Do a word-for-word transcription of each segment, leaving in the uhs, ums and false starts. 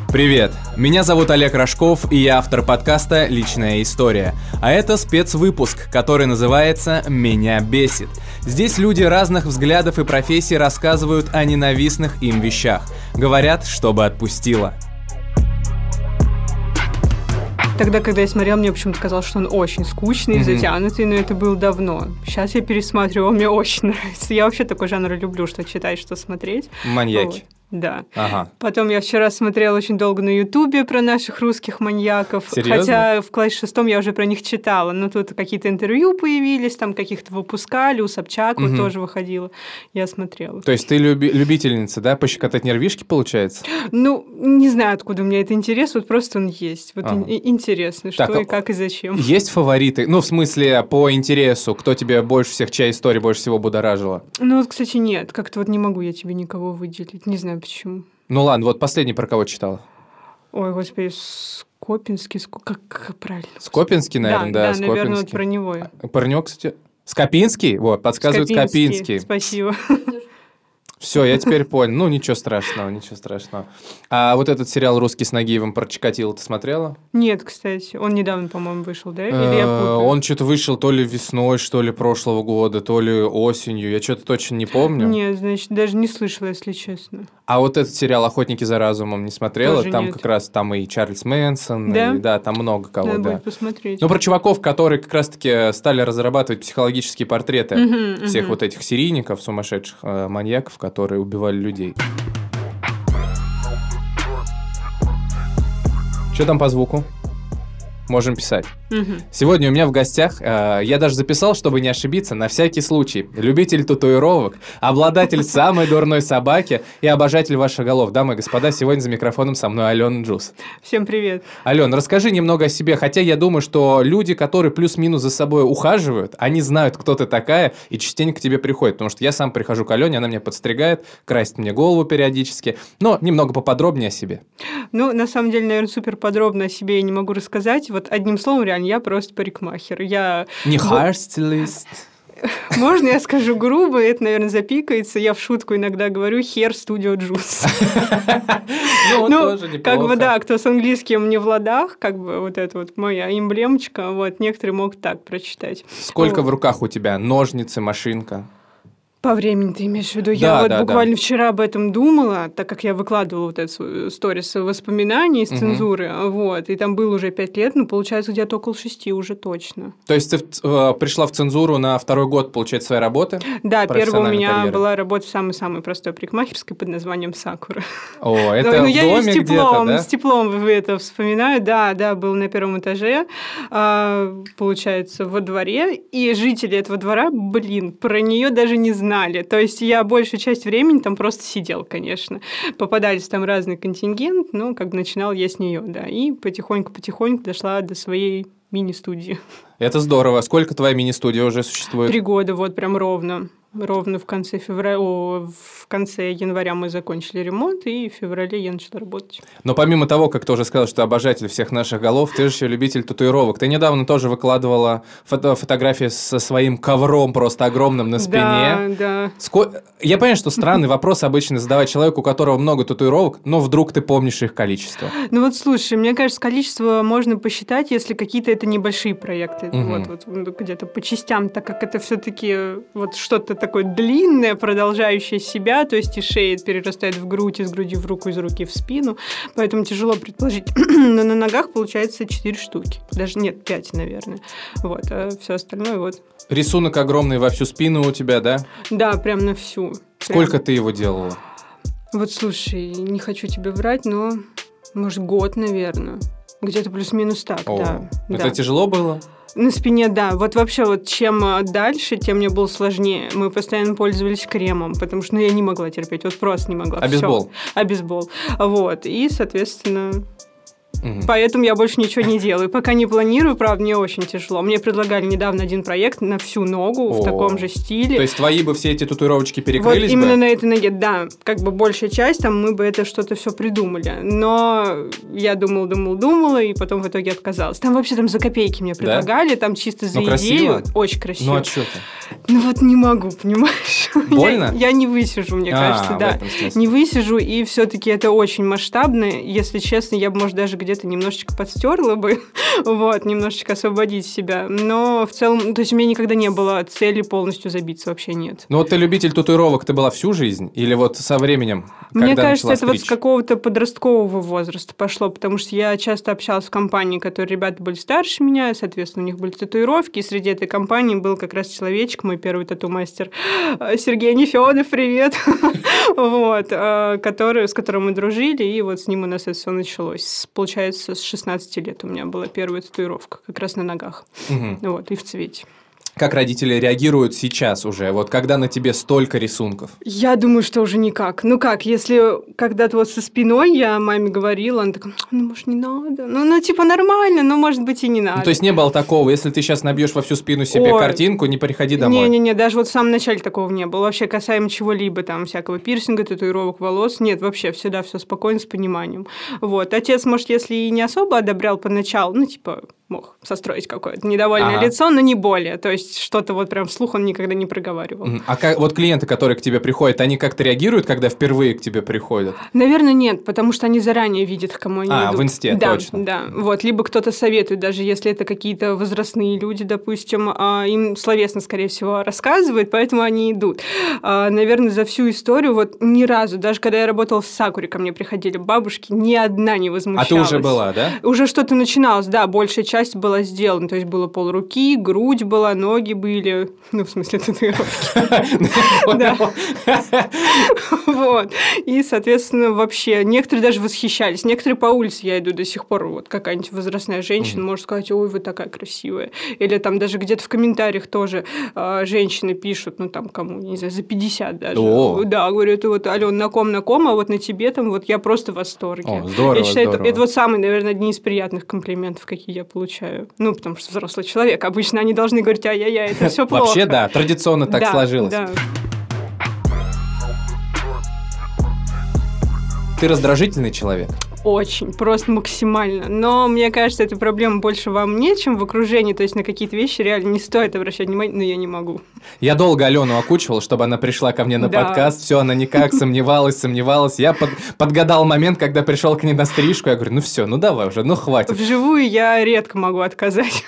Привет, меня зовут Олег Рожков, и я автор подкаста «Личная история». А это спецвыпуск, который называется «Меня бесит». Здесь люди разных взглядов и профессий рассказывают о ненавистных им вещах. Говорят, чтобы отпустило. Тогда, когда я смотрела, мне почему-то казалось, что он очень скучный, mm-hmm. затянутый, но это было давно. Сейчас я пересматривала, мне очень нравится. Я вообще такой жанр люблю, что читать, что смотреть. Маньяки. Вот. Да. Ага. Потом я вчера смотрела очень долго на Ютубе про наших русских маньяков. Серьезно? Хотя в классе шестом я уже про них читала. Но тут какие-то интервью появились, там каких-то выпускали, у Собчак вот тоже выходила. Я смотрела. То есть ты люби- любительница, да, пощекотать нервишки, получается? Ну, не знаю, откуда у меня этот интерес, вот просто он есть. Вот ага. и- интересно, что так, и как и зачем. Есть фавориты? Ну, в смысле, по интересу, кто тебе больше всех, чья история больше всего будоражила? Ну, вот, кстати, нет. Как-то вот не могу я тебе никого выделить. Не знаю, почему. Ну ладно, вот последний про кого читала? Ой, господи, Скопинский, Ск... как, как правильно? Скопинский, наверное, да, да, да Скопинский. наверное, вот про него. Парнёк, кстати. Скопинский? Вот, подсказывает Скопинский. Скопинский. Спасибо. Все, я теперь понял. Ну, ничего страшного, ничего страшного. А вот этот сериал «Русский с Нагиевым» про Чикатило ты смотрела? Нет, кстати. Он недавно, по-моему, вышел, да? Или я путаю? Он что-то вышел то ли весной, что ли, прошлого года, то ли осенью. Я что-то точно не помню. Нет, значит, даже не слышала, если честно. А вот этот сериал «Охотники за разумом» не смотрела? Тоже там нет. как раз там и Чарльз Мэнсон, да? И, да, там много кого, Надо да. будет посмотреть. Ну, про чуваков, которые как раз-таки стали разрабатывать психологические портреты угу, всех угу. вот этих серийников, сумасшедших э, маньяков, которые убивали людей. Что там по звуку? Можем писать. Угу. Сегодня у меня в гостях, э, я даже записал, чтобы не ошибиться, на всякий случай, любитель татуировок, обладатель самой дурной собаки и обожатель ваших голов. Дамы и господа, сегодня за микрофоном со мной Алена Джус. Всем привет. Ален, расскажи немного о себе, хотя я думаю, что люди, которые плюс-минус за собой ухаживают, они знают, кто ты такая, и частенько к тебе приходят, потому что я сам прихожу к Алене, она меня подстригает, красит мне голову периодически, но немного поподробнее о себе. Ну, на самом деле, наверное, супер подробно о себе я не могу рассказать. Вот одним словом, реально, я просто парикмахер. Я... Не hair-стилист. Можно я скажу грубо, это, наверное, запикается. Я в шутку иногда говорю «Hair Studio Juice». Ну, тоже неплохо. Как бы, да, кто с английским не в ладах, как бы вот это вот моя эмблемочка, вот, некоторые могут так прочитать. Сколько в руках у тебя? Ножницы, машинка? По времени ты имеешь в виду? Да, я вот да, буквально да. вчера об этом думала, так как я выкладывала вот эту сторис воспоминаний из цензуры, угу. вот, и там было уже пять лет, ну, получается, где-то около шести уже точно. То есть ты э, пришла в цензуру на второй год, получается, своей работы? Да, первая у меня карьеры. была работа в самой-самой простой парикмахерской под названием «Сакура». О, это ну, в я доме с теплом, где-то, да? С теплом вы это вспоминаю, да, да, был на первом этаже, а, получается, во дворе, и жители этого двора, блин, про нее даже не знали, то есть я большую часть времени там просто сидел, конечно. Попадались там разный контингент, но как бы начинал я с нее, да. И потихоньку-потихоньку дошла до своей мини-студии. Это здорово. Сколько твоя мини-студия уже существует? Три года, вот прям ровно. Ровно в конце февраля, о, в конце января мы закончили ремонт, и в феврале я начала работать. Но помимо того, как ты уже сказал, что ты обожатель всех наших голов, ты же еще любитель татуировок. Ты недавно тоже выкладывала фото- фотографии со своим ковром просто огромным на спине. Да, да. Ско... Я понимаю, что странный вопрос обычно задавать человеку, у которого много татуировок, но вдруг ты помнишь их количество. Ну вот слушай, мне кажется, количество можно посчитать, если какие-то это небольшие проекты. Угу. Вот, вот где-то по частям, так как это все-таки вот что-то такое длинное, продолжающее себя, то есть и шея перерастает в грудь, из груди в руку, из руки в спину, поэтому тяжело предположить. Но на ногах получается четыре штуки, даже нет, пять, наверное. Вот, а все остальное вот. Рисунок огромный во всю спину у тебя, да? Да, прям на всю. Сколько прям. Ты его делала? Вот слушай, не хочу тебе врать, но может год, наверное. Где-то плюс-минус так, О, да. Это да. тяжело было? На спине, да. Вот вообще, вот чем дальше, тем мне было сложнее. Мы постоянно пользовались кремом, потому что ну, я не могла терпеть, вот просто не могла. Обезбол? Всё. Обезбол. Вот. И, соответственно, Угу. Поэтому я больше ничего не делаю. Пока не планирую, правда, мне очень тяжело. Мне предлагали недавно один проект на всю ногу О. в таком же стиле. То есть твои бы все эти татуировочки перекрылись вот бы? Именно на этой ноге, да. Как бы большая часть, там мы бы это что-то все придумали. Но я думал, думал, думала, и потом в итоге отказалась. Там вообще там за копейки мне предлагали, да? Там чисто за ну, идею. Красиво. Очень красиво. Ну, а что ты? Ну, вот не могу, понимаешь? Больно? Я, я не высижу, мне а, кажется, да. Не высижу, и все-таки это очень масштабно. Если честно, я бы, может, даже где-то немножечко подстерла бы, вот, немножечко освободить себя. Но в целом, то есть у меня никогда не было цели полностью забиться, вообще нет. Ну, вот ты любитель татуировок, ты была всю жизнь? Или вот со временем, когда Мне кажется, это стричь? вот с какого-то подросткового возраста пошло, потому что я часто общалась в компании, которые ребята были старше меня, соответственно, у них были татуировки, и среди этой компании был как раз человечек, мой первый тату-мастер, Сергей Нефёдов, привет, вот, который, с которым мы дружили, и вот с ним у нас это все началось. Получается, с шестнадцати лет у меня была первая татуировка, как раз на ногах, угу. вот, и в цвете. Как родители реагируют сейчас уже, вот когда на тебе столько рисунков? Я думаю, что уже никак. Ну как, если когда-то вот со спиной я маме говорила, она такая, ну, может, не надо? Ну, ну типа, нормально, но, может быть, и не надо. Ну, то есть не было такого, если ты сейчас набьешь во всю спину себе Ой. картинку, не приходи домой? Не-не-не, даже вот в самом начале такого не было. Вообще, касаемо чего-либо, там, всякого пирсинга, татуировок волос, нет, вообще, всегда все спокойно, с пониманием. Вот. Отец, может, если и не особо одобрял поначалу, ну, типа, мог состроить какое-то недовольное ага. лицо, но не более. То есть что-то вот прям вслух он никогда не проговаривал. А как, вот клиенты, которые к тебе приходят, они как-то реагируют, когда впервые к тебе приходят? Наверное, нет, потому что они заранее видят, к кому они а, идут. в инсте, да, точно. Да, вот. Либо кто-то советует, даже если это какие-то возрастные люди, допустим, им словесно, скорее всего, рассказывают, поэтому они идут. Наверное, за всю историю вот ни разу, даже когда я работала в Сакуре, ко мне приходили бабушки, ни одна не возмущалась. А ты уже была, да? Уже что-то начиналось, да, большая часть была сделана, то есть было полруки, грудь была, ноги были, ну, в смысле, татуировки. Вот. И, соответственно, вообще, некоторые даже восхищались. Некоторые по улице я иду до сих пор, вот какая-нибудь возрастная женщина может сказать, ой, вы такая красивая. Или там даже где-то в комментариях тоже женщины пишут, ну, там, кому, не знаю, за пятьдесят даже. Да, говорят, вот, Алён, на ком, на ком, а вот на тебе там, вот я просто в восторге. О, здорово, я считаю, здорово. Это, это вот самый, наверное, одни из приятных комплиментов, какие я получаю. Ну, потому что взрослый человек. Обычно они должны говорить, ай-яй-яй, это все плохо. Вообще, да, традиционно так да, сложилось. Да. Ты раздражительный человек? Очень, просто максимально. Но мне кажется, эта проблема больше во мне, чем в окружении. То есть на какие-то вещи реально не стоит обращать внимание, но я не могу. Я долго Алену окучивал, чтобы она пришла ко мне на да. подкаст. Все, она никак сомневалась, сомневалась. Я под, подгадал момент, когда пришел к ней на стрижку. Я говорю, ну все, ну давай уже, ну хватит. Вживую я редко могу отказать.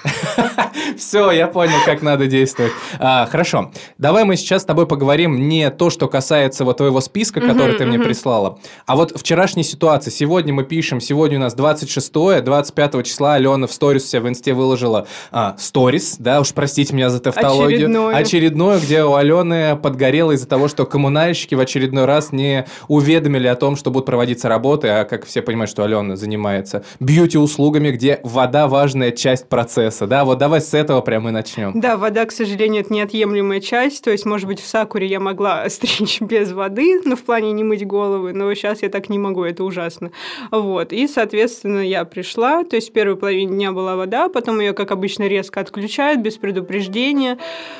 Все, я понял, как надо действовать. А, хорошо, давай мы сейчас с тобой поговорим не то, что касается вот твоего списка, который ты мне прислала, а вот вчерашней ситуации. Сегодня мы пишем, сегодня у нас двадцать шестое, двадцать пятого числа Алена в сторис у себя в инсте выложила а, сторис, да, уж простите меня за тавтологию. Очередное. Очередное, где у Алены подгорело из-за того, что коммунальщики в очередной раз не уведомили о том, что будут проводиться работы, а как все понимают, что Алена занимается бьюти-услугами, где вода важная часть процесса, да, вот давай с этого прямо и начнем. Да, вода, к сожалению, это неотъемлемая часть, то есть, может быть, в Сакуре я могла стричь без воды, но в плане не мыть головы, но сейчас я так не могу, это ужасно. Вот, и, соответственно, я пришла, то есть в первой половине дня была вода, потом ее, как обычно, резко отключают, без предупреждения.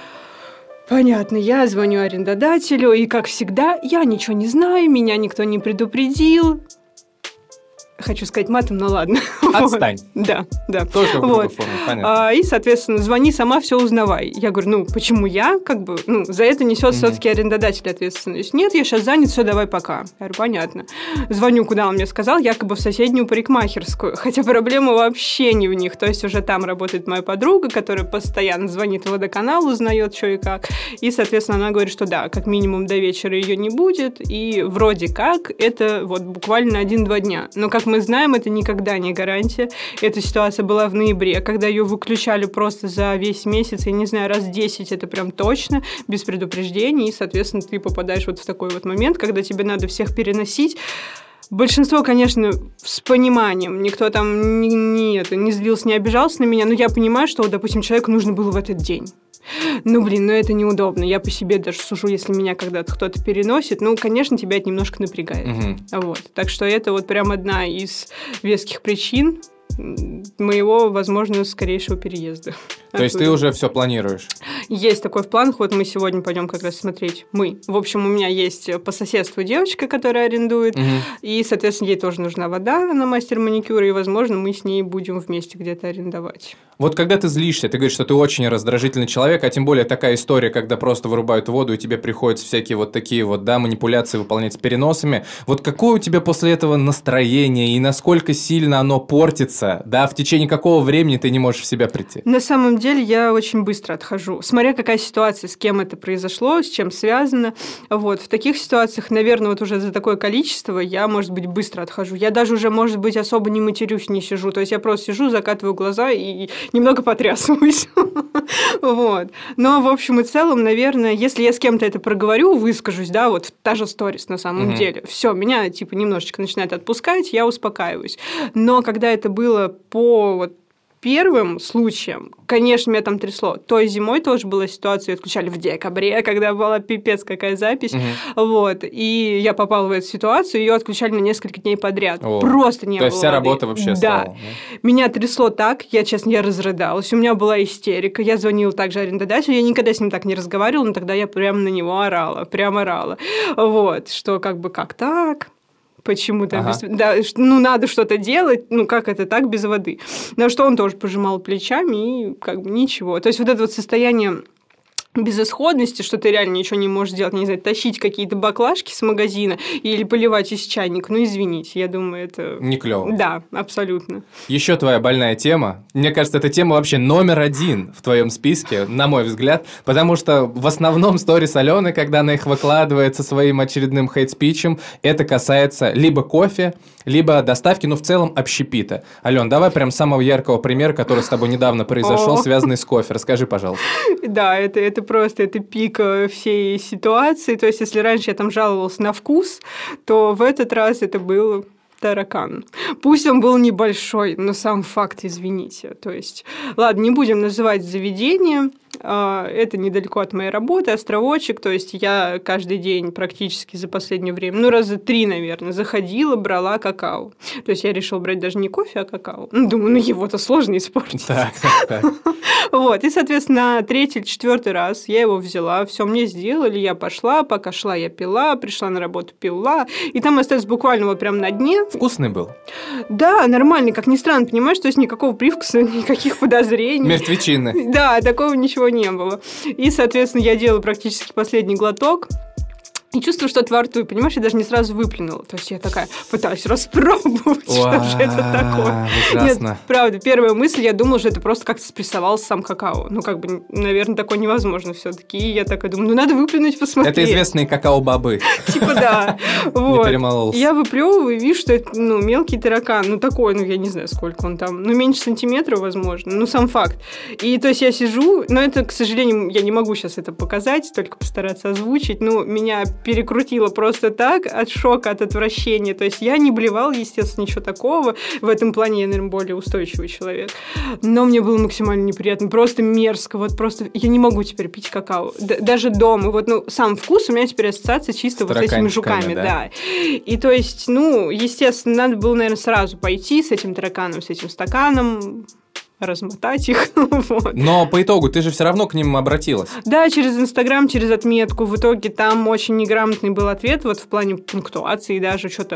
Понятно, я звоню арендодателю, и, как всегда, я ничего не знаю, меня никто не предупредил. Хочу сказать матом, но ладно. Отстань. Вот. Да, да. Только в другой форме, понятно. А, и, соответственно, звони сама, все узнавай. Я говорю, ну, почему я? Как бы, ну, за это несет mm-hmm. все-таки арендодатель ответственность. Нет, я сейчас занят, все, давай пока. Я говорю, понятно. Звоню, куда он мне сказал, якобы в соседнюю парикмахерскую. Хотя проблема вообще не в них. То есть уже там работает моя подруга, которая постоянно звонит в водоканал, узнает, что и как. И, соответственно, она говорит, что да, как минимум до вечера ее не будет. И вроде как это вот буквально один-два дня. Но как мы знаем, это никогда не гарантия. Эта ситуация была в ноябре, когда ее выключали просто за весь месяц, я не знаю, раз десять, это прям точно, без предупреждений, и, соответственно, ты попадаешь вот в такой вот момент, когда тебе надо всех переносить. Большинство, конечно, с пониманием. Никто там не, не, это, не злился, не обижался на меня, но я понимаю, что, допустим, человеку нужно было в этот день. Ну, блин, ну это неудобно. Я по себе даже сужу, если меня когда-то кто-то переносит. Ну, конечно, тебя это немножко напрягает. Угу. Вот. Так что это вот прям одна из веских причин моего, возможно, скорейшего переезда. То есть ты уже все планируешь? Есть такой в планах. Вот мы сегодня пойдем как раз смотреть. Мы. В общем, у меня есть по соседству девочка, которая арендует. Угу. И, соответственно, ей тоже нужна вода на мастер маникюра. И, возможно, мы с ней будем вместе где-то арендовать. Вот когда ты злишься, ты говоришь, что ты очень раздражительный человек, а тем более такая история, когда просто вырубают воду, и тебе приходится всякие вот такие вот, да, манипуляции выполнять с переносами. Вот какое у тебя после этого настроение, и насколько сильно оно портится, да, в течение какого времени ты не можешь в себя прийти? На самом деле я очень быстро отхожу. Смотря какая ситуация, с кем это произошло, с чем связано. Вот. В таких ситуациях, наверное, вот уже за такое количество я, может быть, быстро отхожу. Я даже уже, может быть, особо не матерюсь, не сижу. То есть я просто сижу, закатываю глаза и немного потрясываюсь. Вот. Но, в общем и целом, наверное, если я с кем-то это проговорю, выскажусь, да, вот та же сторис на самом деле, все, меня, типа, немножечко начинает отпускать, я успокаиваюсь. Но когда это было по вот первым случаем, конечно, меня там трясло. Той зимой тоже была ситуация, ее отключали в декабре, когда была пипец какая запись. Угу. Вот. И я попала в эту ситуацию, ее отключали на несколько дней подряд. О. Просто не То было есть вся воды. Работа вообще да. стала. Да. Меня трясло так, я, честно, я разрыдалась. У меня была истерика. Я звонила также арендодателю, я никогда с ним так не разговаривала, но тогда я прямо на него орала, прямо орала. Вот. Что как бы как так? Почему-то, ага. без... да, ну, надо что-то делать, ну, как это так, без воды. На что он тоже пожимал плечами, и как бы ничего. То есть вот это вот состояние безысходности, что ты реально ничего не можешь делать, не знаю, тащить какие-то баклажки с магазина или поливать из чайника, ну, извините, я думаю, это... Не клево. Да, абсолютно. Еще твоя больная тема. Мне кажется, эта тема вообще номер один в твоем списке, на мой взгляд, потому что в основном сторис Алены, когда она их выкладывает со своим очередным хейт-спичем, это касается либо кофе, либо доставки, ну, в целом, общепита. Ален, давай прям самого яркого примера, который с тобой недавно произошел, связанный с кофе. Расскажи, пожалуйста. Да, это, это просто это пик всей ситуации. То есть, если раньше я там жаловалась на вкус, то в этот раз это был таракан. Пусть он был небольшой, но сам факт, извините. То есть, ладно, не будем называть заведение. Это недалеко от моей работы, островочек. То есть, я каждый день практически за последнее время, ну, раза три, наверное, заходила, брала какао. То есть, я решила брать даже не кофе, а какао. Ну, думаю, ну, его-то сложно испортить. Так, так, так. Вот, и, соответственно, третий или четвертый раз я его взяла, все мне сделали, я пошла, пока шла, я пила, пришла на работу, пила, и там остается буквально вот прям на дне. Вкусный был? Да, нормальный, как ни странно, понимаешь, то есть никакого привкуса, никаких подозрений. Мертвечины. Да, такого ничего не было. И, соответственно, я делала практически последний глоток, и чувствую что-то во рту, и, понимаешь, я даже не сразу выплюнула. То есть я такая пытаюсь распробовать, что же это такое. Ужасно. Нет, правда, первая мысль, я думала, что это просто как-то спрессовался сам какао. Ну, как бы, наверное, такое невозможно все-таки. И я такая думаю, ну, надо выплюнуть, посмотреть. Это известные какао-бобы. Типа да. Не перемололся. Я выплевываю и вижу, что это, ну, мелкий таракан. Ну, такой, ну, я не знаю, сколько он там. Ну, меньше сантиметра, возможно. Ну, сам факт. И, то есть, я сижу, но это, к сожалению, я не могу сейчас это показать, только постараться озвучить. Ну, меня перекрутило просто так от шока, от отвращения. То есть я не блевала, естественно, ничего такого. В этом плане я, наверное, более устойчивый человек. Но мне было максимально неприятно. Просто мерзко. Вот просто я не могу теперь пить какао. Д- даже дома. Вот, ну, сам вкус у меня теперь ассоциация чисто вот с этими жуками. Да. да. И то есть, ну, естественно, надо было, наверное, сразу пойти с этим тараканом, с этим стаканом, размотать их. Вот. Но по итогу ты же все равно к ним обратилась. Да, через Инстаграм, через отметку. В итоге там очень неграмотный был ответ, вот в плане пунктуации, даже что-то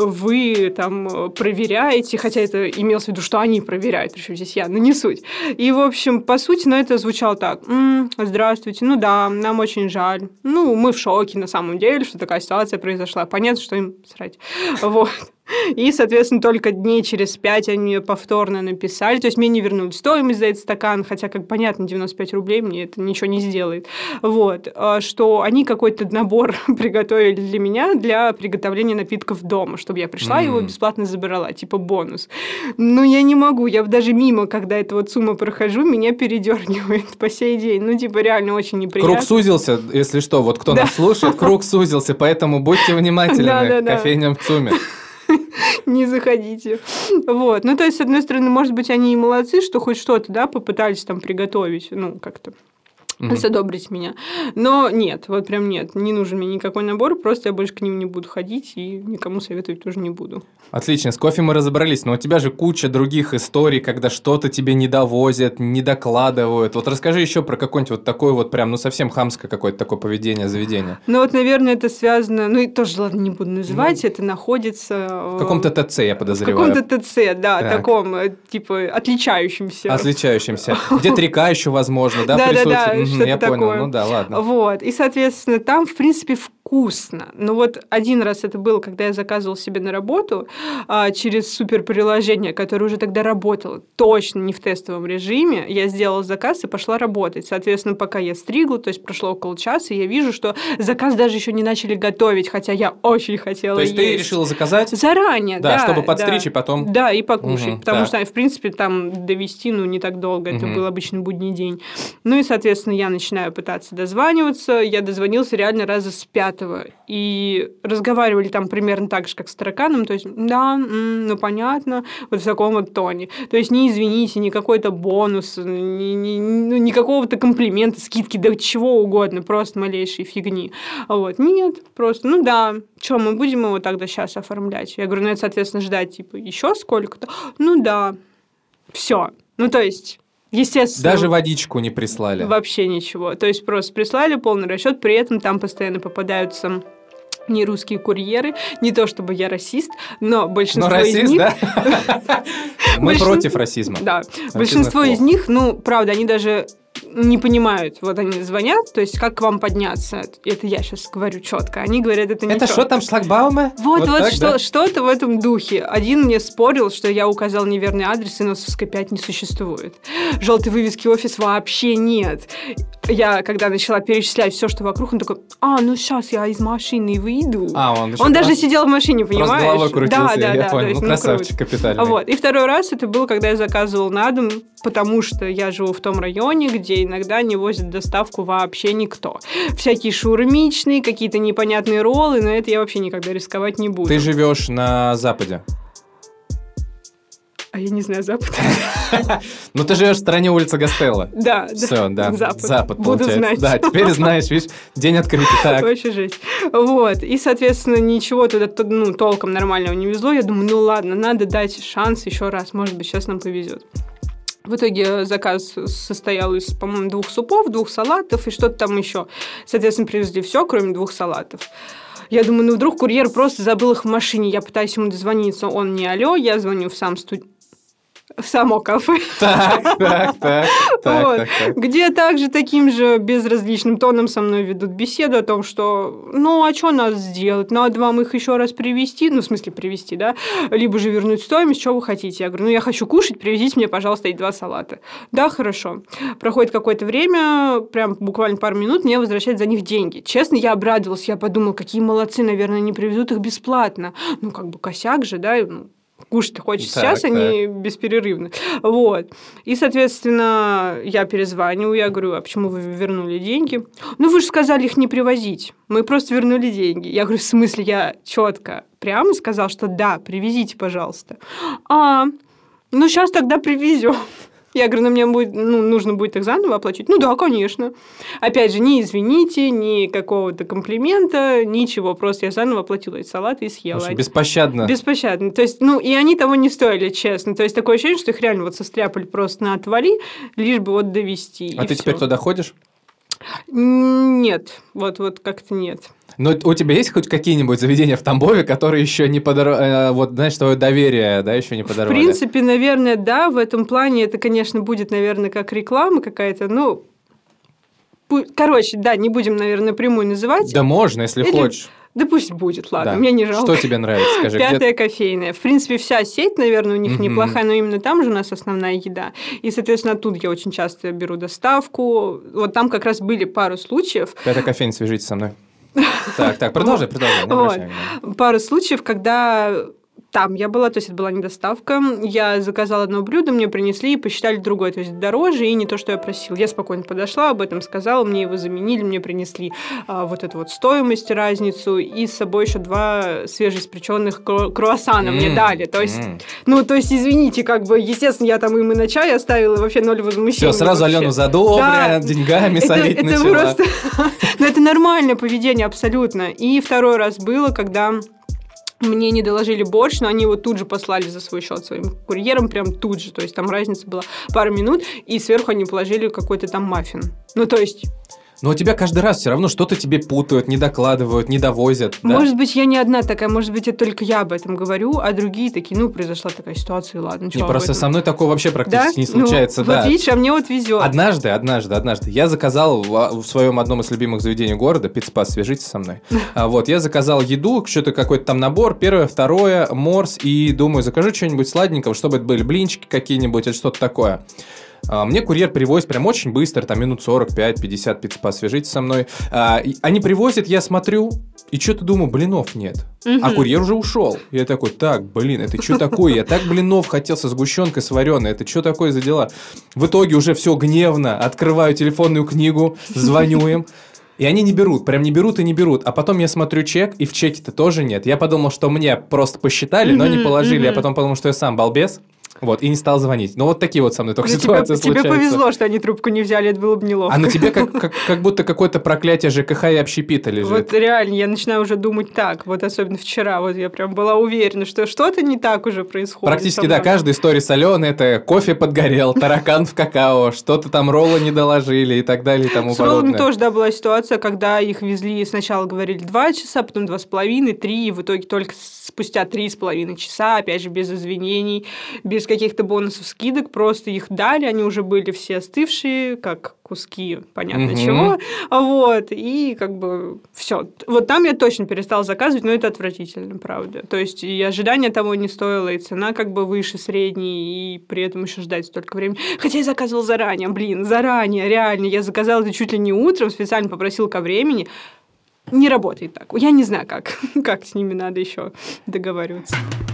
вы там проверяете, хотя это имелось в виду, что они проверяют, причем здесь я, но не суть. И, в общем, по сути, ну, это звучало так. М-м, здравствуйте, ну да, нам очень жаль. Ну, мы в шоке на самом деле, что такая ситуация произошла. Понятно, что им срать. Вот. И, соответственно, только дней через пять они мне повторно написали. То есть мне не вернули стоимость за этот стакан, хотя, как понятно, девяносто пять рублей мне это ничего не сделает. Вот. Что они какой-то набор приготовили для меня для приготовления напитков дома, чтобы я пришла и mm. его бесплатно забрала, типа бонус. Но я не могу, я даже мимо, когда эту вот сумму прохожу, меня передергивает по сей день. Ну, типа, реально очень неприятно. Круг сузился, если что, вот кто да. нас слушает, круг сузился, поэтому будьте внимательны к кофейням в ЦУМе. Не заходите. Вот. Ну, то есть, с одной стороны, может быть, они и молодцы, что хоть что-то, да, попытались там приготовить, ну, как-то угу. задобрить меня. Но нет, вот прям нет, не нужен мне никакой набор, просто я больше к ним не буду ходить и никому советовать тоже не буду. Отлично, с кофе мы разобрались, но у тебя же куча других историй, когда что-то тебе не довозят, не докладывают. Вот расскажи еще про какое-нибудь вот такое вот прям, ну, совсем хамское какое-то такое поведение, заведение. Ну, вот, наверное, это связано, ну, и тоже, ладно, не буду называть, ну, это находится... В каком-то ТЦ, я подозреваю. В каком-то ТЦ, да, так. таком, типа, отличающемся. Отличающемся. Где-то река еще, возможно, да, присутствует? Что-то я такое. понял, ну да, ладно. Вот, и, соответственно, там, в принципе, вкусно. Но вот один раз это было, когда я заказывала себе на работу а, через суперприложение, которое уже тогда работало, точно не в тестовом режиме, я сделала заказ и пошла работать. Соответственно, пока я стригла, то есть прошло около часа, и я вижу, что заказ даже еще не начали готовить, хотя я очень хотела есть. То есть есть. Ты решила заказать? Заранее, да. Да, чтобы подстричь да. и потом... Да, и покушать, угу, потому да. что, в принципе, там довести, ну, не так долго, это угу. был обычный будний день. Ну и, соответственно, я начинаю пытаться дозваниваться, я дозвонился реально раза с пятого, и разговаривали там примерно так же, как с тараканом, то есть, да, м, ну, понятно, вот в таком вот тоне. То есть, не извините, ни какой-то бонус, ни, ни, ну, ни какого-то комплимента, скидки, да чего угодно, просто малейшей фигни. Вот, нет, просто, ну да, что, мы будем его тогда сейчас оформлять? Я говорю, ну, это, соответственно, ждать, типа, еще сколько-то? Ну, да, все. Ну, то есть... Естественно. Даже водичку не прислали. Вообще ничего. То есть просто прислали полный расчет, при этом там постоянно попадаются не русские курьеры. Не то чтобы я расист, но большинство но расист, из них... да? Мы против расизма. Да. Большинство из них, ну, правда, они даже не понимают. Вот они звонят, то есть как к вам подняться. Это я сейчас говорю четко. Они говорят, это не Это что там, шлагбаумы? Вот, вот, вот так, что, да? Что-то в этом духе. Один мне спорил, что я указал неверный адрес, и Носовской пять не существует. Желтой вывески офис вообще нет. Я, когда начала перечислять все, что вокруг, он такой, а, ну сейчас я из машины выйду. А, он он даже раз... сидел в машине, понимаешь? Просто головой крутился, да, да, я да, понял. есть, ну, красавчик круто. капитальный. Вот. И второй раз это было, когда я заказывал на дом, потому что я живу в том районе, где иногда не возят доставку вообще никто. Всякие шаурмичные, какие-то непонятные роллы, но это я вообще никогда рисковать не буду. Ты живешь на Западе? А я не знаю Запад. Ну, ты живешь в стране улица Гастелло. Да, все, да. Запад. Запад, буду получается. Знать. Да, теперь знаешь, видишь, день открытый. Так. Вообще жесть. Вот. И, соответственно, ничего туда ну, толком нормального не везло. Я думаю, ну ладно, надо дать шанс еще раз. Может быть, сейчас нам повезет. В итоге заказ состоял из, по-моему, двух супов, двух салатов и что-то там еще. Соответственно, привезли все, кроме двух салатов. Я думаю, ну вдруг курьер просто забыл их в машине. Я пытаюсь ему дозвониться, он не алло, я звоню в сам студ... в само кафе. Так, так, так, так, вот. так, так. Где также таким же безразличным тоном со мной ведут беседу о том, что ну, а что надо сделать? Надо вам их еще раз привезти, ну, в смысле привезти, да? Либо же вернуть стоимость, что вы хотите? Я говорю, ну, я хочу кушать, привезите мне, пожалуйста, эти два салата. Да, хорошо. Проходит какое-то время, прям буквально пару минут, мне возвращают за них деньги. Честно, я обрадовалась, я подумала, какие молодцы, наверное, они привезут их бесплатно. Ну, как бы косяк же, да, кушать хочется так, сейчас, так. они бесперерывно. Вот. И, соответственно, я перезваниваю, я говорю, а почему вы вернули деньги? Ну, вы же сказали их не привозить. Мы просто вернули деньги. Я говорю, в смысле, я четко прямо сказал, что да, привезите, пожалуйста. А, ну, сейчас тогда привезем. Я говорю, ну, мне будет, ну, нужно будет их заново оплатить. Ну, да, конечно. Опять же, не извините, ни какого-то комплимента, ничего. Просто я заново оплатила эти салаты и съела. Слушай, беспощадно. Беспощадно. То есть, ну, и они того не стоили, честно. То есть, такое ощущение, что их реально вот состряпали просто на отвали, лишь бы вот довести. А ты всё. теперь туда ходишь? Нет. Вот, вот как-то нет. Но у тебя есть хоть какие-нибудь заведения в Тамбове, которые еще не подорвали, вот, знаешь, твое доверие, да, еще не подорвали? В принципе, наверное, да, в этом плане это, конечно, будет, наверное, как реклама какая-то, ну, короче, да, не будем, наверное, напрямую называть. Да можно, если Или... хочешь. Да пусть будет, ладно, да. мне не жалко. Что тебе нравится, скажи? Пятая где... кофейная. В принципе, вся сеть, наверное, у них mm-hmm. неплохая, но именно там же у нас основная еда. И, соответственно, оттуда я очень часто беру доставку. Вот там как раз были пару случаев. Пятая кофейня, свяжитесь со мной. Так, так, продолжай, продолжай. Пару случаев, когда там я была, то есть это была не доставка. Я заказала одно блюдо, мне принесли и посчитали другое, то есть дороже и не то, что я просила. Я спокойно подошла, об этом сказала, мне его заменили, мне принесли а, вот эту вот стоимость, разницу, и с собой еще два свежеиспеченных кру- круассана mm. мне дали. То есть, mm. ну, то есть, извините, как бы, естественно, я там им и на чай оставила, вообще ноль возмущения. Все, сразу вообще. Алену задобря, да. деньгами это, солить это начала. Просто... Но это нормальное поведение абсолютно. И второй раз было, когда... Мне не доложили борщ, но они его тут же послали за свой счет своим курьером, прям тут же. То есть там разница была пару минут, и сверху они положили какой-то там маффин. Ну, то есть... Но у тебя каждый раз все равно что-то тебе путают, не докладывают, не довозят. Да? Может быть, я не одна такая, может быть, это только я об этом говорю, а другие такие, ну, произошла такая ситуация, ладно. Не, просто со мной такое вообще практически да? не случается. Ну, да. Вот видишь, а мне вот везет. Однажды, однажды, однажды я заказал в, в своем одном из любимых заведений города, Пиццпас, свяжитесь со мной. а, вот, я заказал еду, что-то какой-то там набор, первое, второе, морс, и думаю, закажу что-нибудь сладенького, чтобы это были блинчики какие-нибудь или что-то такое. Мне курьер привозит прям очень быстро, там минут сорок пять пятьдесят, Пиццпас, свяжитесь со мной. Они привозят, я смотрю, и что-то думаю, блинов нет. Uh-huh. А курьер уже ушел. Я такой, так, блин, это что такое? Я так блинов хотел со сгущенкой с вареной. Это что такое за дела? В итоге уже все гневно. Открываю телефонную книгу, звоню им. И они не берут, прям не берут и не берут. А потом я смотрю чек, и в чеке-то тоже нет. Я подумал, что мне просто посчитали, но не положили. Я потом подумал, что я сам балбес. Вот, и не стал звонить. Ну, вот такие вот со мной только ну, ситуации тебе, случаются. Тебе повезло, что они трубку не взяли, это было бы неловко. А на тебе как, как, как будто какое-то проклятие ЖКХ и общепита лежит. Вот реально, я начинаю уже думать так. Вот особенно вчера, вот я прям была уверена, что что-то не так уже происходит. Практически, да, каждая история с Аленой, это кофе подгорел, таракан в какао, что-то там роллы не доложили и так далее и тому с подобное. С роллами тоже, да, была ситуация, когда их везли, сначала говорили два часа, потом два с половиной, три, и в итоге только спустя три с половиной часа, опять же, без извинений, без каких-то бонусов, скидок, просто их дали, они уже были все остывшие, как куски, понятно угу. чего, вот, и как бы все. Вот там я точно перестала заказывать, но это отвратительно, правда. То есть и ожидания того не стоило, и цена как бы выше средней, и при этом еще ждать столько времени. Хотя я заказывала заранее, блин, заранее, реально. Я заказала это чуть ли не утром, специально попросила ко времени. Не работает так. Я не знаю, как, как с ними надо еще договариваться.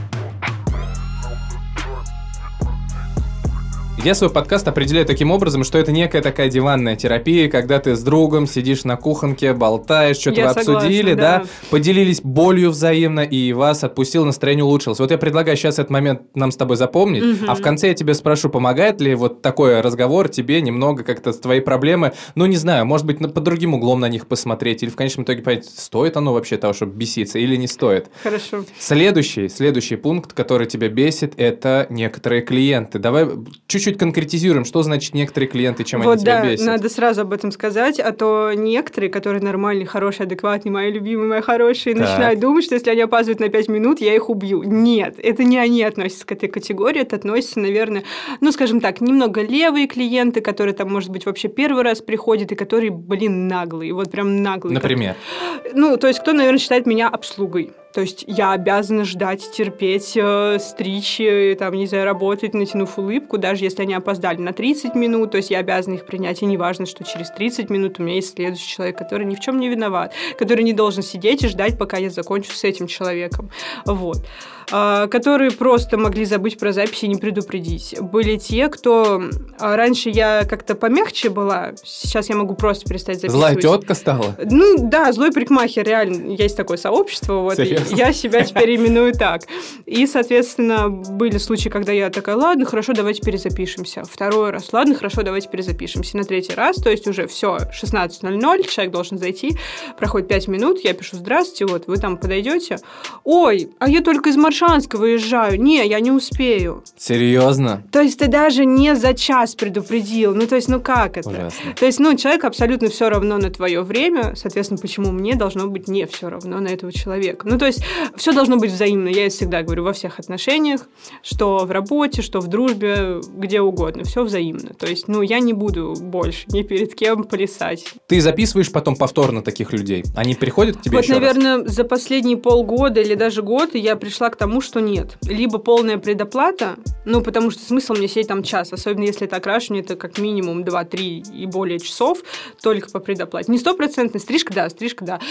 Я свой подкаст определяю таким образом, что это некая такая диванная терапия, когда ты с другом сидишь на кухонке, болтаешь, что-то вы обсудили, согласна, да. да, поделились болью взаимно, и вас отпустил, настроение улучшилось. Вот я предлагаю сейчас этот момент нам с тобой запомнить, угу. а в конце я тебя спрошу, помогает ли вот такой разговор тебе немного как-то твои проблемы, ну, не знаю, может быть, под другим углом на них посмотреть, или в конечном итоге понять, стоит оно вообще того, чтобы беситься, или не стоит. Хорошо. Следующий, следующий пункт, который тебя бесит, это некоторые клиенты. Давай чуть-чуть конкретизируем, что значит некоторые клиенты, чем вот они тебя да, бесят. Надо сразу об этом сказать, а то некоторые, которые нормальные, хорошие, адекватные, мои любимые, мои хорошие, так. начинают думать, что если они опаздывают на пять минут, я их убью. Нет, это не они относятся к этой категории, это относятся, наверное, ну, скажем так, немного левые клиенты, которые там, может быть, вообще первый раз приходят, и которые, блин, наглые, вот прям наглые. Например? Как... Ну, то есть, кто, наверное, считает меня обслугой. То есть я обязана ждать, терпеть, э, стричь, э, там, не знаю, работать, натянув улыбку, даже если они опоздали на тридцать минут, то есть я обязана их принять, и не важно, что через тридцать минут у меня есть следующий человек, который ни в чем не виноват, который не должен сидеть и ждать, пока я закончу с этим человеком. Вот. А, которые просто могли забыть про запись и не предупредить. Были те, кто... А, раньше я как-то помягче была, сейчас я могу просто перестать записывать. Злая тетка стала? Ну да, злой парикмахер, реально, есть такое сообщество, вот, я себя теперь именую так. И, соответственно, были случаи, когда я такая, ладно, хорошо, давайте перезапишемся. Второй раз, ладно, хорошо, давайте перезапишемся. На третий раз, то есть уже все, шестнадцать ноль ноль, человек должен зайти, проходит пять минут, я пишу, здравствуйте, вот, вы там подойдете. Ой, а я только из Моршанска выезжаю. Не, я не успею. Серьезно? То есть ты даже не за час предупредил. Ну, то есть, ну как это? Ужасно. То есть, ну, человеку абсолютно все равно на твое время, соответственно, почему мне должно быть не все равно на этого человека? Ну, то есть, все должно быть взаимно. Я это всегда говорю во всех отношениях, что в работе, что в дружбе, где угодно. Все взаимно. То есть, ну, я не буду больше ни перед кем плясать. Ты записываешь потом повторно таких людей? Они приходят к тебе вот, еще наверное, раз? за последние полгода или даже год я пришла к тому, что нет. Либо полная предоплата, ну, потому что смысл мне сидеть там час, особенно если это окрашивание, это как минимум два-три и более часов только по предоплате. Не стопроцентная стрижка, да, стрижка, да.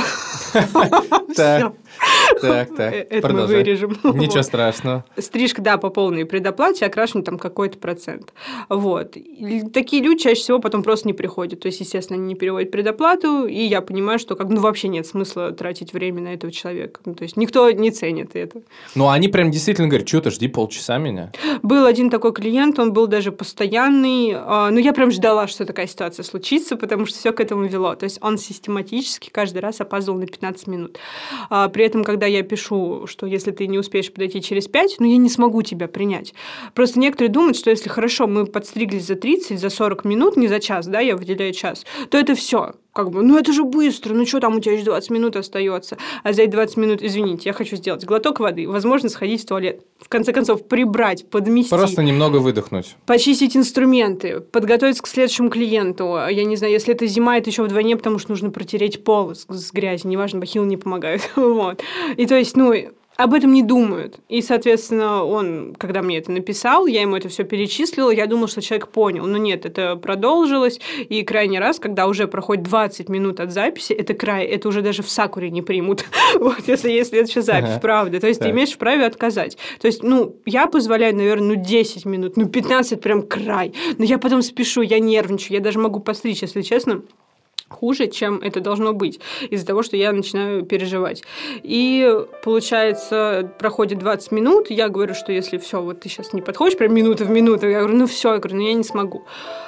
Так, так, так. Это мы вырежем. Ничего страшного. Стрижка, да, по полной предоплате, окрашивание там какой-то процент. Вот. Такие люди чаще всего потом просто не приходят. То есть, естественно, они не переводят предоплату, и я понимаю, что как, ну, вообще нет смысла тратить время на этого человека. Ну, то есть, никто не ценит это. Ну, они прям действительно говорят, что ты жди полчаса меня. Был один такой клиент, он был даже постоянный, но я прям ждала, что такая ситуация случится, потому что все к этому вело. То есть, он систематически каждый раз опаздывал на пятнадцать минут. При этом, когда я пишу, что если ты не успеешь подойти через пять, ну, я не смогу тебя принять. Просто некоторые думают, что если хорошо, мы подстриглись за тридцать, за сорок минут, не за час, да, я выделяю час, то это все. Как бы, ну это же быстро, ну что там у тебя еще двадцать минут остается, а за эти двадцать минут, извините, я хочу сделать глоток воды, возможно, сходить в туалет, в конце концов, прибрать, подмести. Просто немного выдохнуть. Почистить инструменты, подготовиться к следующему клиенту. Я не знаю, если это зима, это еще вдвойне, потому что нужно протереть пол с, с грязью, неважно, бахилы не помогают. Вот. И то есть, ну... об этом не думают. И, соответственно, он, когда мне это написал, я ему это все перечислила, я думала, что человек понял. Но нет, это продолжилось. И крайний раз, когда уже проходит двадцать минут от записи, это край, это уже даже в Сакуре не примут. Вот, если есть следующая запись, ага. Правда. То есть, так. Ты имеешь вправе отказать. То есть, ну, я позволяю, наверное, ну, десять минут, ну, пятнадцать прям край. Но я потом спешу, я нервничаю, я даже могу постричь, если честно. Хуже, чем это должно быть, из-за того, что я начинаю переживать. И, получается, проходит двадцать минут, я говорю, что если все, вот ты сейчас не подходишь, прям минута в минуту, я говорю, ну все, я говорю, ну я не смогу.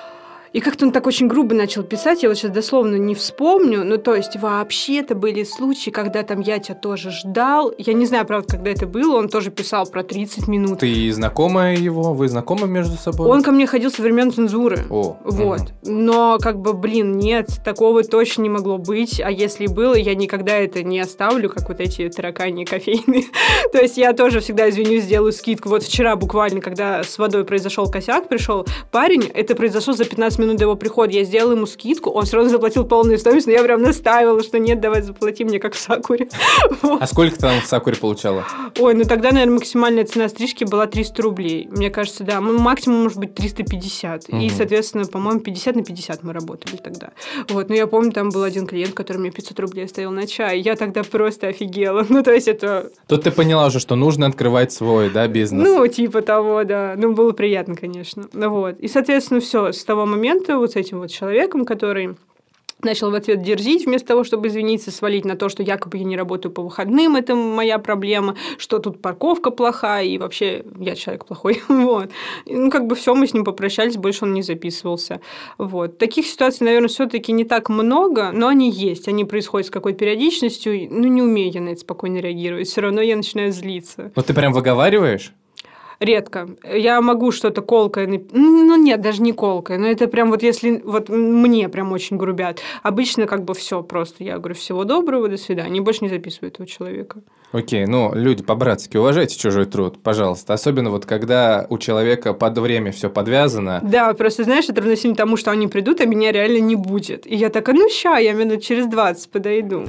И как-то он так очень грубо начал писать, я вот сейчас дословно не вспомню, ну, то есть, вообще-то были случаи, когда там я тебя тоже ждал, я не знаю, правда, когда это было, он тоже писал про тридцать минут. Ты знакомая его? Вы знакомы между собой? Он ко мне ходил со времен цензуры. О, вот. Угу. Но, как бы, блин, нет, такого точно не могло быть, а если было, я никогда это не оставлю, как вот эти таракани кофейные. То есть, я тоже всегда извинюсь, сделаю скидку. Вот вчера буквально, когда с водой произошел косяк, пришел парень, это произошло за пятнадцать минут до его прихода, я сделала ему скидку, он все равно заплатил полную стоимость, но я прям настаивала, что нет, давай заплати мне, как в Сакуре. А сколько ты там в Сакуре получала? Ой, ну тогда, наверное, максимальная цена стрижки была триста рублей. Мне кажется, да, максимум может быть триста пятьдесят. Угу. И, соответственно, по-моему, пятьдесят на пятьдесят мы работали тогда. Вот, но я помню, там был один клиент, который мне пятьсот рублей оставил на чай. Я тогда просто офигела. Ну, то есть это... Тут ты поняла уже, что нужно открывать свой, да, бизнес? Ну, типа того, да. Ну, было приятно, конечно. Вот. И, соответственно, все, с того момента вот с этим вот человеком, который начал в ответ дерзить, вместо того, чтобы извиниться, свалить на то, что якобы я не работаю по выходным, это моя проблема, что тут парковка плохая, и вообще я человек плохой. Вот. И, ну, как бы все, мы с ним попрощались, больше он не записывался. Вот. Таких ситуаций, наверное, все-таки не так много, но они есть, они происходят с какой-то периодичностью, ну, не умею я на это спокойно реагировать, все равно я начинаю злиться. Но ты прям выговариваешь? Редко. Я могу что-то колкое... Ну, нет, даже не колкое. Но это прям вот если... Вот мне прям очень грубят. Обычно как бы все просто. Я говорю, всего доброго, до свидания. Больше не записываю этого человека. Окей, ну, люди, по-братски, уважайте чужой труд, пожалуйста. Особенно вот когда у человека под время все подвязано. Да, просто, знаешь, это равносильно тому, что они придут, а меня реально не будет. И я такая, ну, ща, я минут через двадцать подойду.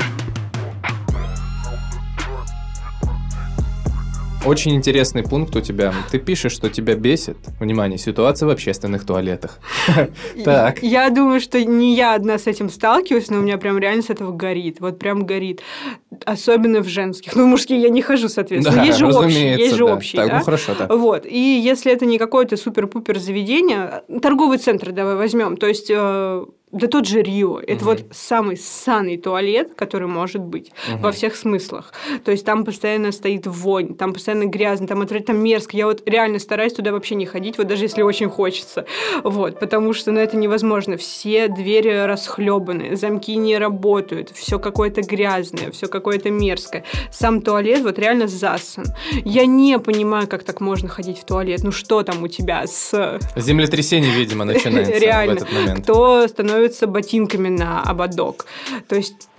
Очень интересный пункт у тебя. Ты пишешь, что тебя бесит, внимание, ситуация в общественных туалетах. Так. Я думаю, что не я одна с этим сталкиваюсь, но у меня прям реально с этого горит. Вот прям горит. Особенно в женских. Ну, в мужские я не хожу, соответственно. Есть же общие. Есть же общие, да? Ну, хорошо, да. Вот. И если это не какое-то супер-пупер заведение, торговый центр давай возьмем. То есть... Да тот же Рио. Это угу. вот самый ссаный туалет, который может быть угу. во всех смыслах. То есть там постоянно стоит вонь, там постоянно грязно, там, там мерзко. Я вот реально стараюсь туда вообще не ходить, вот даже если очень хочется. Вот, потому что ну, это невозможно. Все двери расхлебаны, замки не работают, все какое-то грязное, все какое-то мерзкое. Сам туалет вот реально зассан. Я не понимаю, как так можно ходить в туалет. Ну что там у тебя с... Землетрясение, видимо, начинается в этот момент. Кто становится ботинками на ободок. То есть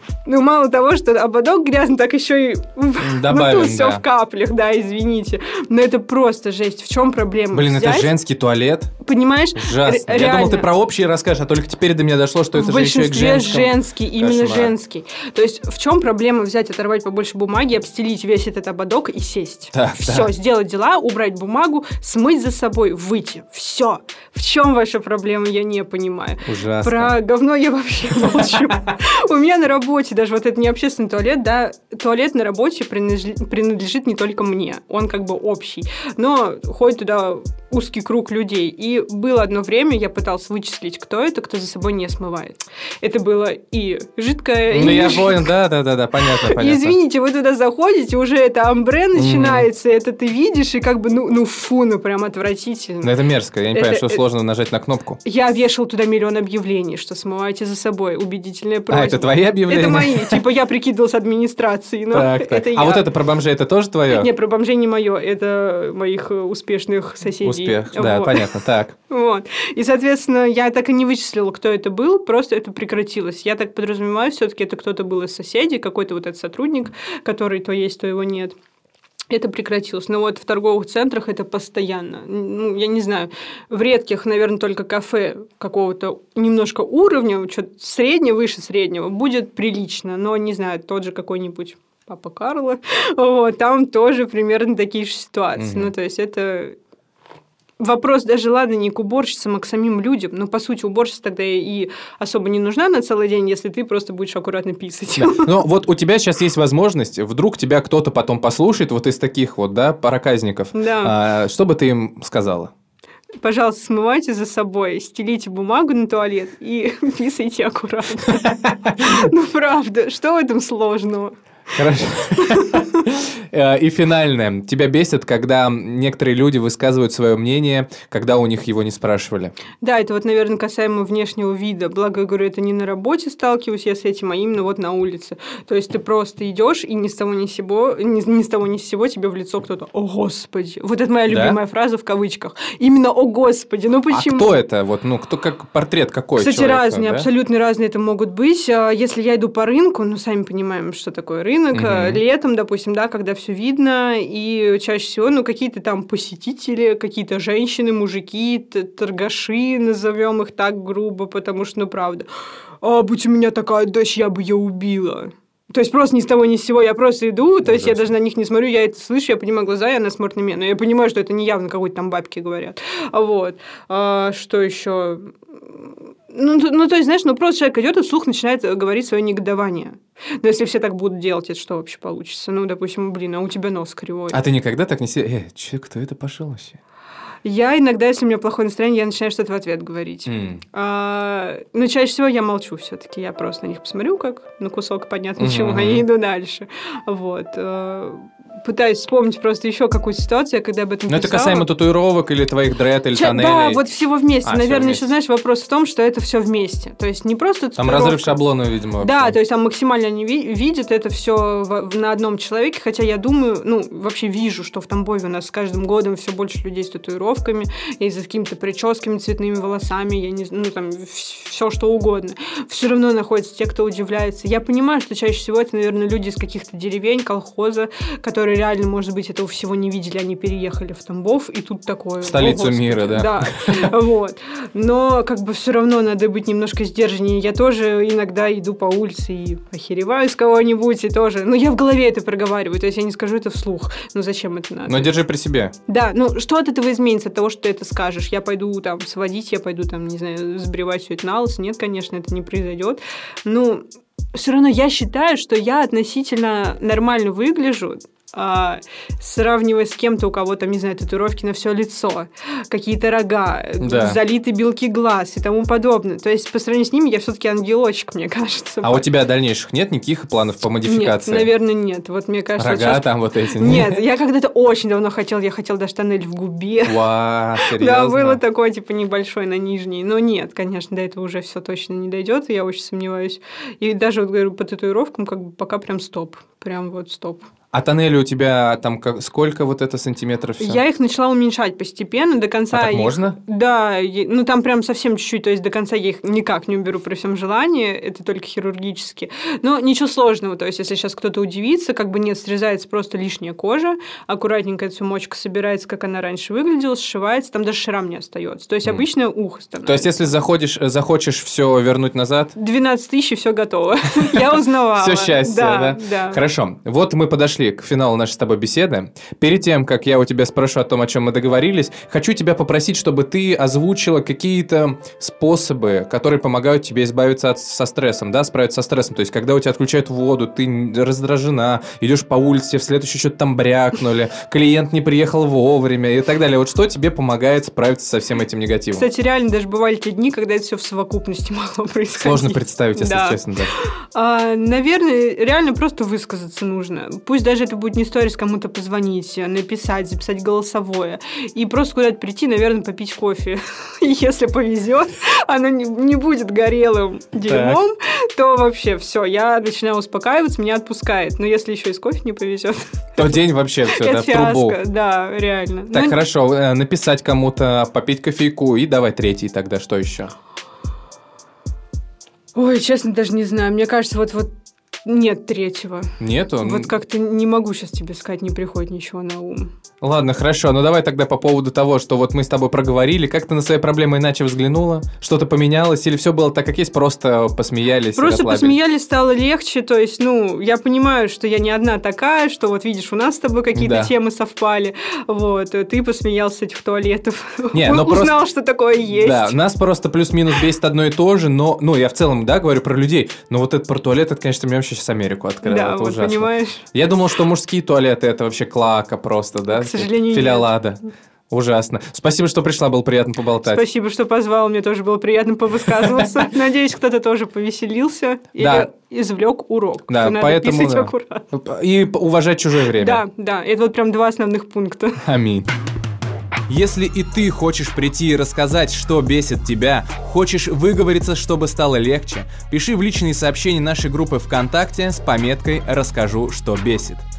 Ну, мало того, что ободок грязный, так еще и добавим, внутри все да. в каплях, да, извините. Но это просто жесть. В чем проблема? Блин, Взять, это женский туалет. понимаешь? Ужасно. Р- Я думал, ты реально. про общий расскажешь, а только теперь до меня дошло, что это В же еще и к большинстве женскому. женский, именно Кошмар. женский. То есть в чем проблема взять, оторвать побольше бумаги, обстелить весь этот ободок и сесть? Так, Все, так. сделать дела, убрать бумагу, смыть за собой, выйти. Все. В чем ваша проблема, я не понимаю. Ужасно. Про говно я вообще молчу. У меня на работе даже вот это не общественный туалет, да, туалет на работе принадлежит, принадлежит не только мне, он как бы общий, но ходит туда узкий круг людей. И было одно время, я пыталась вычислить, кто это, кто за собой не смывает. Это было и жидкое, Ну, и я не понял, да-да-да, понятно, понятно. Извините, вы туда заходите, уже это амбре начинается, это ты видишь, и как бы, ну, ну фу, ну прям отвратительно. Ну, это мерзко, я не Это- понимаю, что это- сложно нажать на кнопку. Я вешал туда миллион объявлений, что смывайте за собой, убедительная просьба. А, это твои объявления? Это мои, типа я прикидывалась администрацией, но Так, так. это А я. вот это про бомжей, это тоже твое? Не, про бомжей не мое, это моих э, успешных соседей. Успех, да, Вот. понятно, так. Вот. И, соответственно, я так и не вычислила, кто это был, просто это прекратилось. Я так подразумеваю, все-таки это кто-то был из соседей, какой-то вот этот сотрудник, который то есть, то его нет. Это прекратилось. Но вот в торговых центрах это постоянно. Ну, я не знаю, в редких, наверное, только кафе какого-то немножко уровня, что-то среднее, выше среднего, будет прилично. Но, не знаю, тот же какой-нибудь Папа Карло, вот, там тоже примерно такие же ситуации. Мгм. Ну, то есть это... Вопрос даже, ладно, не к уборщицам, а к самим людям. Но, по сути, уборщица тогда и особо не нужна на целый день, если ты просто будешь аккуратно писать. Да. Но вот у тебя сейчас есть возможность, вдруг тебя кто-то потом послушает, вот из таких вот, да, проказников. Да. А, что бы ты им сказала? Пожалуйста, смывайте за собой, стелите бумагу на туалет и писайте аккуратно. Ну, правда, что в этом сложного? Хорошо. И финальное. Тебя бесит, когда некоторые люди высказывают свое мнение, когда у них его не спрашивали. Да, это вот, наверное, касаемо внешнего вида. Благо, я говорю, это не на работе сталкиваюсь я с этим, а именно вот на улице. То есть ты просто идешь и ни с того ни с сего, ни, ни с того ни с сего тебе в лицо кто-то «О, Господи!» Вот это моя Да? любимая фраза в кавычках. Именно «О, Господи!» Ну почему? А кто это? Вот, ну, кто, как портрет какой Кстати, человека, разные, да? абсолютно разные это могут быть. А Если я иду по рынку, ну, сами понимаем, что такое рынок, Мгм. летом, допустим, да, когда все видно, и чаще всего, ну, какие-то там посетители, какие-то женщины, мужики, т- торгаши, назовем их так грубо, потому что, ну, правда, а, будь у меня такая дочь, я бы ее убила. То есть просто ни с того ни с сего я просто иду, то есть я Ужасно. даже на них не смотрю, я это слышу, я поднимаю глаза, и она смотрит на меня, но я понимаю, что это не явно какой-то там бабки говорят. А Вот. А, что еще? Ну, т- ну, то есть, знаешь, ну просто человек идет и вслух начинает э, говорить свое негодование. Но если все так будут делать, это что вообще получится? Ну, допустим, блин, а у тебя нос кривой. А ты никогда так не сидишь? Э, че, кто это пошел вообще? Я иногда, если у меня плохое настроение, я начинаю что-то в ответ говорить. М. А, но чаще всего я молчу все-таки. Я просто на них посмотрю, как на кусок понятно Мгм, чего, мгм. и иду дальше. Вот. А, Пытаюсь вспомнить просто еще какую-то ситуацию, я когда об этом Ну, это писала. касаемо татуировок или твоих дред, или Ча- тоннелей? Да, вот всего вместе. А, всё Наверное, вместе. еще, знаешь, вопрос в том, что это все вместе. То есть не просто Там татуировка. разрыв шаблона, видимо. Да, вообще. то есть там максимально они ви- видят это все на одном человеке, хотя я думаю, ну, вообще вижу, что в Тамбове у нас с каждым годом все больше людей с татуировками, и за какими-то прическами, цветными волосами, я не знаю, ну, там, все что угодно. Все равно находятся те, кто удивляется. Я понимаю, что чаще всего это, наверное, люди из каких-то деревень, колхоза, которые реально, может быть, этого всего не видели, они переехали в Тамбов, и тут такое... В столицу «О, Господи». мира, да. Да, вот. Но как бы все равно надо быть немножко сдержаннее. Я тоже иногда иду по улице и охереваю с кого-нибудь, и тоже... Ну, я в голове это проговариваю, то есть я не скажу это вслух. Ну, зачем это надо? Но держи при себе. Да, ну, что от этого изменится, от того, что ты это скажешь? Я пойду там сводить, я пойду там, не знаю, сбривать все это на лысо. Нет, конечно, это не произойдет. Ну, все равно я считаю, что я относительно нормально выгляжу, а, сравнивая с кем-то, у кого там, не знаю, татуировки на все лицо, какие-то рога, Да. залиты белки глаз и тому подобное. То есть по сравнению с ними я все-таки ангелочек, мне кажется. А у тебя дальнейших нет никаких планов по модификации? Нет, наверное, нет. Вот мне кажется, Рога вот сейчас... там вот эти? Нет, я когда-то очень давно хотела, я хотела даже тоннель в губе. Вау, серьезно? Да, было такое, типа, небольшой на нижней. Но нет, конечно, до этого уже все точно не дойдет, я очень сомневаюсь. И даже, вот говорю, по татуировкам, как бы пока прям стоп. Прям вот стоп. А тоннели у тебя там как, сколько вот это сантиметров? Все? Я их начала уменьшать постепенно, до конца. А так их... можно? Да, ну там прям совсем чуть-чуть, то есть до конца я их никак не уберу при всем желании, это только хирургически. Но ничего сложного, то есть если сейчас кто-то удивится, как бы нет, срезается просто лишняя кожа, аккуратненько эта мочка собирается, как она раньше выглядела, сшивается, там даже шрам не остается. То есть mm. обычное ухо становится. То есть если заходишь, захочешь все вернуть назад? двенадцать тысяч, и все готово. Я узнавала. Все счастье, да? Хорошо. Вот мы подошли к финалу нашей с тобой беседы. Перед тем, как я у тебя спрошу о том, о чем мы договорились, хочу тебя попросить, чтобы ты озвучила какие-то способы, которые помогают тебе избавиться от, со стрессом, да, справиться со стрессом. То есть, когда у тебя отключают воду, ты раздражена, идешь по улице, вслед еще что-то там брякнули, клиент не приехал вовремя и так далее. Вот что тебе помогает справиться со всем этим негативом? Кстати, реально даже бывали те дни, когда это все в совокупности могло происходить. Сложно представить, если да. честно, да. А, наверное, реально просто высказаться нужно. Пусть даже это будет не сторис, кому-то позвонить, написать, записать голосовое. И просто куда-то прийти, наверное, попить кофе. И если повезет, оно не, не будет горелым дерьмом, так. то вообще все, я начинаю успокаиваться, меня отпускает. Но если еще и с кофе не повезет, то день вообще все, да, в трубу. Да, реально. Так, ну, хорошо, написать кому-то, попить кофейку и давай третий тогда, что еще? Ой, честно, даже не знаю. Мне кажется, вот, вот нет третьего. Нету? Вот как-то не могу сейчас тебе сказать, не приходит ничего на ум. Ладно, хорошо, ну давай тогда по поводу того, что вот мы с тобой проговорили, как ты на свои проблемы иначе взглянула? Что-то поменялось или все было так, как есть, просто посмеялись? Просто посмеялись, стало легче, то есть, ну, я понимаю, что я не одна такая, что вот видишь, у нас с тобой какие-то да. темы совпали, вот, ты посмеялся с этих туалетов, не, но узнал, просто... что такое есть. Да, нас просто плюс-минус бесит одно и то же, но, ну, я в целом, да, говорю про людей, но вот этот про туалет, это, конечно, меня вообще сейчас Америку открыл, да, это вот ужасно. Понимаешь? Я думал, что мужские туалеты это вообще клака просто, да? К сожалению, Филиалада. Нет. Ужасно. Спасибо, что пришла, было приятно поболтать. Спасибо, что позвал, мне тоже было приятно повысказываться. Надеюсь, кто-то тоже повеселился или извлек урок. Да, поэтому и уважать чужое время. Да, да, это вот прям два основных пункта. Аминь. Если и ты хочешь прийти и рассказать, что бесит тебя, хочешь выговориться, чтобы стало легче, пиши в личные сообщения нашей группы ВКонтакте с пометкой «Расскажу, что бесит».